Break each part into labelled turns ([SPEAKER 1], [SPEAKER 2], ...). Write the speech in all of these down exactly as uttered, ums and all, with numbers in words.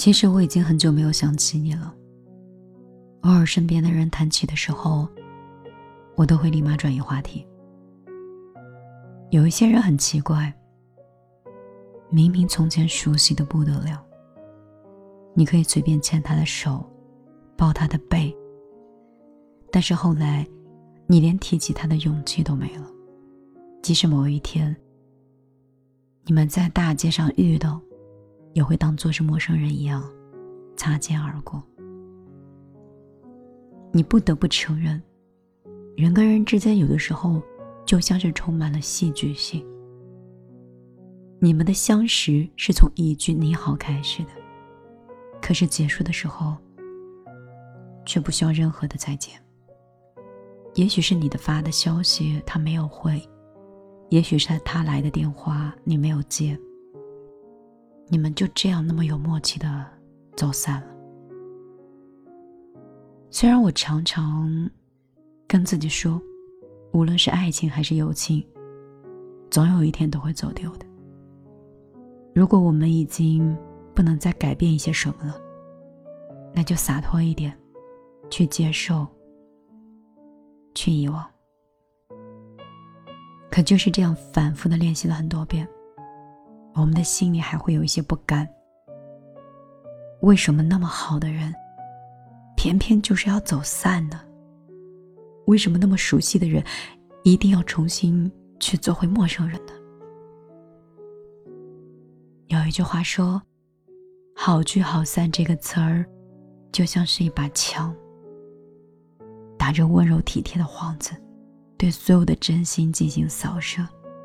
[SPEAKER 1] 其实我已经很久没有想起你了，偶尔身边的人谈起的时候，我都会立马转移话题。有一些人很奇怪，明明从前熟悉的不得了，你可以随便牵他的手，抱他的背，但是后来你连提起他的勇气都没了。即使某一天你们在大街上遇到，也会当作是陌生人一样擦肩而过。你不得不承认，人跟人之间有的时候就像是充满了戏剧性。你们的相识是从一句你好开始的，可是结束的时候却不需要任何的再见。也许是你的发的消息他没有回，也许是他来的电话你没有接，你们就这样那么有默契的走散了。虽然我常常跟自己说，无论是爱情还是友情，总有一天都会走丢的。如果我们已经不能再改变一些什么了，那就洒脱一点，去接受，去遗忘。可就是这样反复的练习了很多遍，我们的心里还会有一些不甘。为什么那么好的人偏偏就是要走散呢？为什么那么熟悉的人一定要重新去做回陌生人呢？有一句话说，好聚好散这个词儿就像是一把枪，打着温柔体贴的幌子，对所有的真心进行扫射。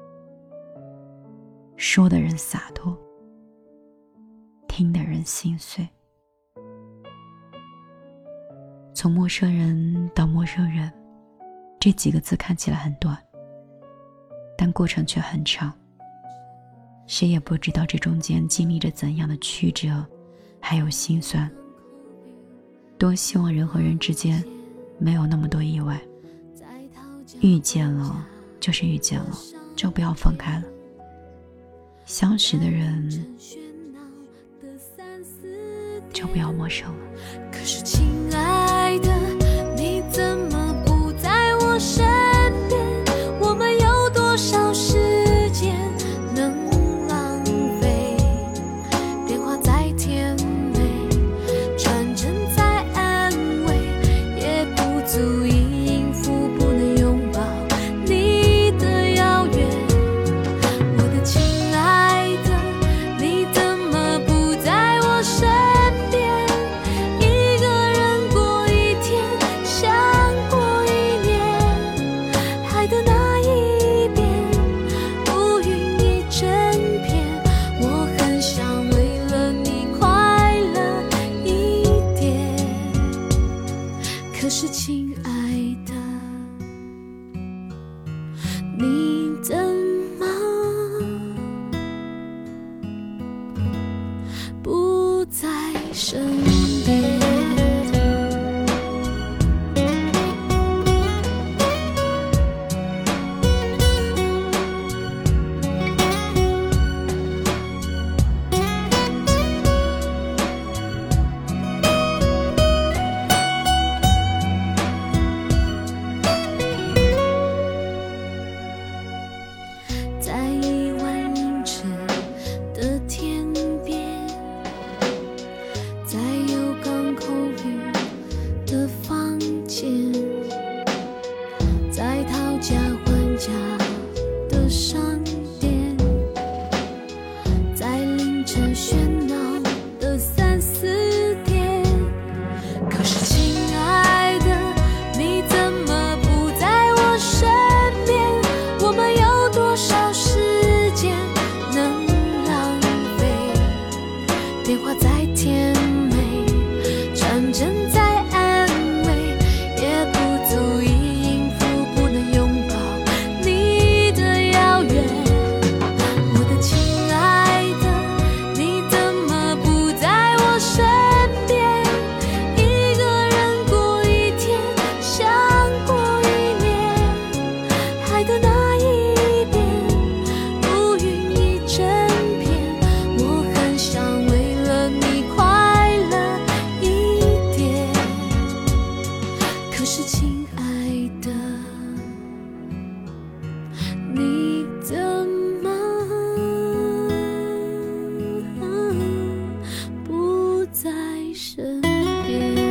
[SPEAKER 1] 说的人洒脱，听的人心碎。从陌生人到陌生人，这几个字看起来很短，但过程却很长。谁也不知道这中间经历着怎样的曲折，还有心酸。多希望人和人之间没有那么多意外，遇见了就是遇见了，就不要分开了。相识的人就不要陌生了。
[SPEAKER 2] 可是亲爱的，你怎么不在我身边？我们有多少时间能浪费？电话再甜美，传真再安慰，也不足以应付不能拥抱你的遥远。我的亲爱的，你怎么不在我身边？一个人过一天，想过一年，爱的那一边，乌云一整片。我很想为了你快乐一点，可是亲爱的，你怎么不在身边？在一万英尺的天边，在有港口雨的房间，在讨价还价的商店，在凌晨喧闹的三四点。可是亲爱的，你怎么不在我身边？我们有多少时间能浪费？电话再甜美，传真再安慰，也不足以应付不能拥抱你的遥远。我的亲爱的，你怎身边。